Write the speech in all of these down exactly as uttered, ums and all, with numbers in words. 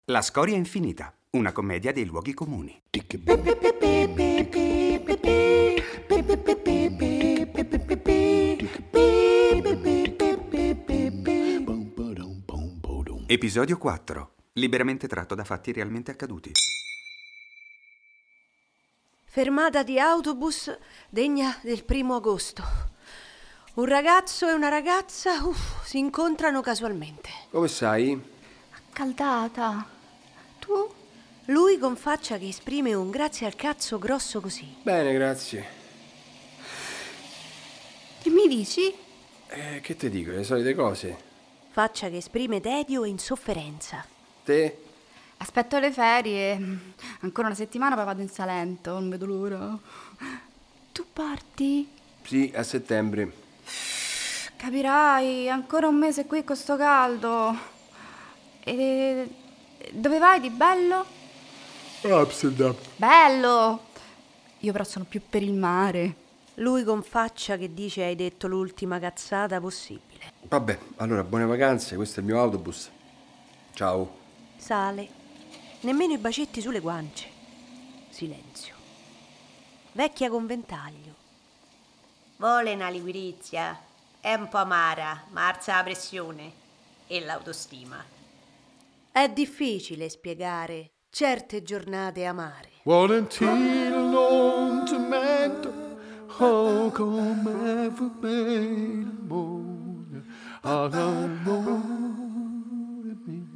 La Scoria Infinita, una commedia dei luoghi comuni. Episodio quattro. Liberamente tratto da fatti realmente accaduti. Fermata di autobus degna del primo agosto. Un ragazzo e una ragazza uff, si incontrano casualmente. Come stai? Accaldata. Tu? Lui con faccia che esprime un grazie al cazzo grosso così. Bene, grazie. Che mi dici? Eh, che te dico, le solite cose. Faccia che esprime tedio e insofferenza. Te? Aspetto le ferie. Ancora una settimana poi vado in Salento, non vedo l'ora. Tu parti? Sì, a settembre. Capirai, ancora un mese qui con sto caldo. E dove vai di bello? Amsterdam. Bello! Io però sono più per il mare. Lui con faccia che dice hai detto l'ultima cazzata possibile. Vabbè, allora buone vacanze, questo è il mio autobus. Ciao. Sale. Nemmeno i bacetti sulle guance. Silenzio. Vecchia con ventaglio. Vuole una liquirizia. È un po' amara, ma alza la pressione e l'autostima. È difficile spiegare certe giornate amare. Volentieri non ti metto, oh come fu bene amore, ad amore mio.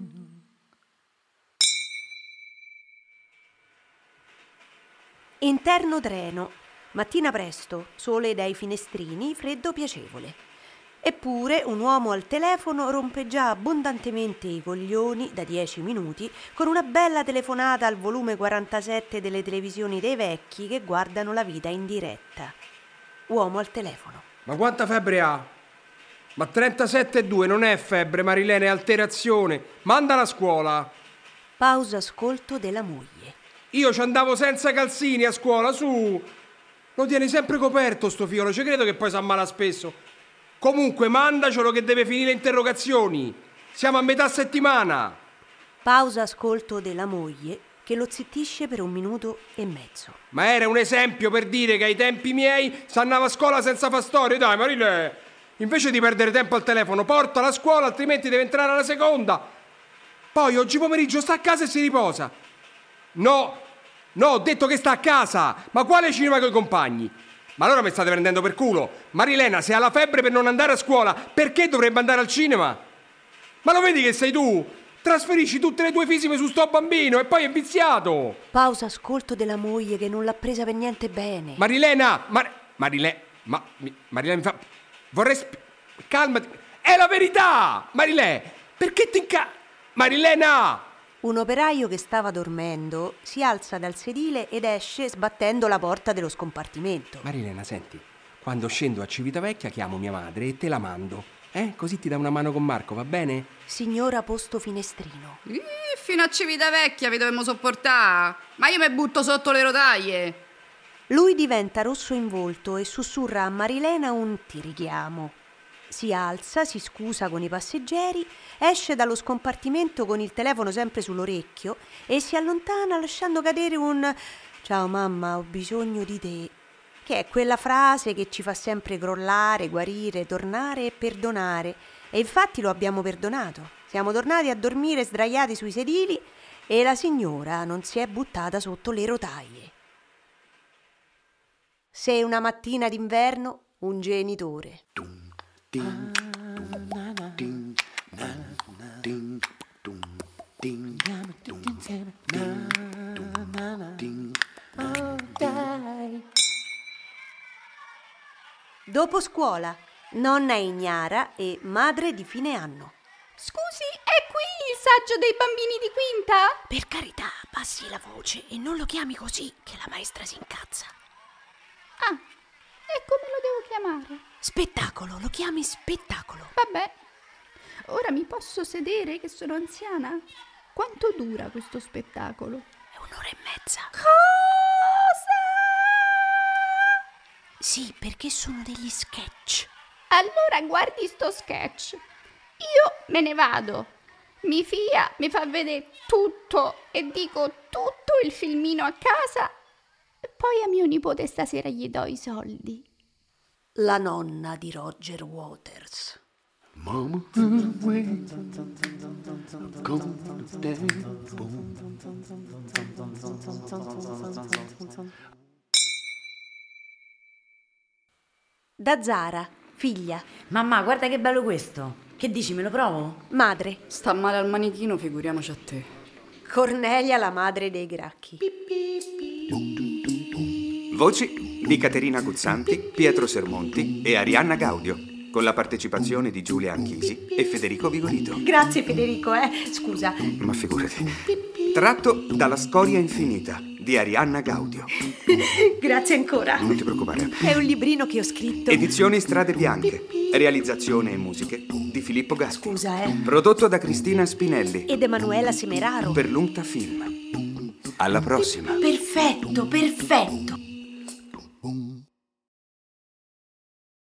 Interno treno. Mattina presto, sole dai finestrini, freddo piacevole. Eppure un uomo al telefono rompe già abbondantemente i coglioni da dieci minuti con una bella telefonata al volume quarantasette delle televisioni dei vecchi che guardano la vita in diretta. Uomo al telefono. Ma quanta febbre ha? Ma trentasette virgola due non è febbre, Marilene, è alterazione. Mandala a scuola. Pausa ascolto della moglie. Io ci andavo senza calzini a scuola, su. Lo tieni sempre coperto sto fiolo, ci credo che poi si ammala spesso. Comunque mandacelo che deve finire le interrogazioni. Siamo a metà settimana. Pausa ascolto della moglie che lo zittisce per un minuto e mezzo. Ma era un esempio per dire che ai tempi miei si andava a scuola senza far storie, dai Marilè. Invece di perdere tempo al telefono, portala a scuola, altrimenti deve entrare alla seconda. Poi oggi pomeriggio sta a casa e si riposa. No, no, ho detto che sta a casa. Ma quale cinema coi compagni? Ma allora mi state prendendo per culo. Marilena, se ha la febbre per non andare a scuola, perché dovrebbe andare al cinema? Ma lo vedi che sei tu? Trasferisci tutte le tue fisime su sto bambino e poi è viziato. Pausa ascolto della moglie che non l'ha presa per niente bene. Marilena, Mar- Marilena, ma mi- Marilena mi fa... Vorrei... Sp- calmati. È la verità! Marilena, perché ti inca... Marilena! Un operaio che stava dormendo si alza dal sedile ed esce sbattendo la porta dello scompartimento. Marilena, senti, quando scendo a Civitavecchia chiamo mia madre e te la mando. Eh? Così ti dà una mano con Marco, va bene? Signora posto finestrino. Ih, fino a Civitavecchia vi dovremmo sopportare. Ma io mi butto sotto le rotaie. Lui diventa rosso in volto e sussurra a Marilena un ti richiamo. Si alza, si scusa con i passeggeri, esce dallo scompartimento con il telefono sempre sull'orecchio e si allontana lasciando cadere un ciao mamma, ho bisogno di te, che è quella frase che ci fa sempre crollare, guarire, tornare e perdonare. E infatti lo abbiamo perdonato. Siamo tornati a dormire sdraiati sui sedili e la signora non si è buttata sotto le rotaie. Se una mattina d'inverno un genitore. Ding, dum, ding, na, na, ding, dum, ding, dum, ding, ding, ding. Dopo scuola, nonna ignara e madre di fine anno. Scusi, è qui il saggio dei bambini di quinta? Per carità, passi la voce e non lo chiami così che la maestra si incazza. Ah, e come lo devo chiamare? Spettacolo, lo chiami spettacolo. Vabbè, ora mi posso sedere che sono anziana? Quanto dura questo spettacolo? È un'ora e mezza. Cosa? Sì, perché sono degli sketch. Allora guardi sto sketch. Io me ne vado. mi fia, mi fa vedere tutto e dico tutto il filmino a casa e poi a mio nipote stasera gli do i soldi. La nonna di Roger Waters. Mama, away, gone today. Da Zara, figlia. Mamma, guarda che bello questo. Che dici, me lo provo? Madre. Sta male al manichino, figuriamoci a te. Cornelia, la madre dei Gracchi. Voci di Caterina Guzzanti, Pietro Sermonti e Arianna Gaudio, con la partecipazione di Giulia Anchisi e Federico Vigorito. Grazie Federico, eh. Scusa. Ma figurati. Tratto dalla Storia infinita di Arianna Gaudio. Grazie ancora. Non ti preoccupare. È un librino che ho scritto. Edizioni Strade Bianche. Realizzazione e musiche di Filippo Gatti. Scusa, eh. Prodotto da Cristina Spinelli Ed Emanuela Semeraro. per l'Unta Film. Alla prossima. Perfetto, perfetto.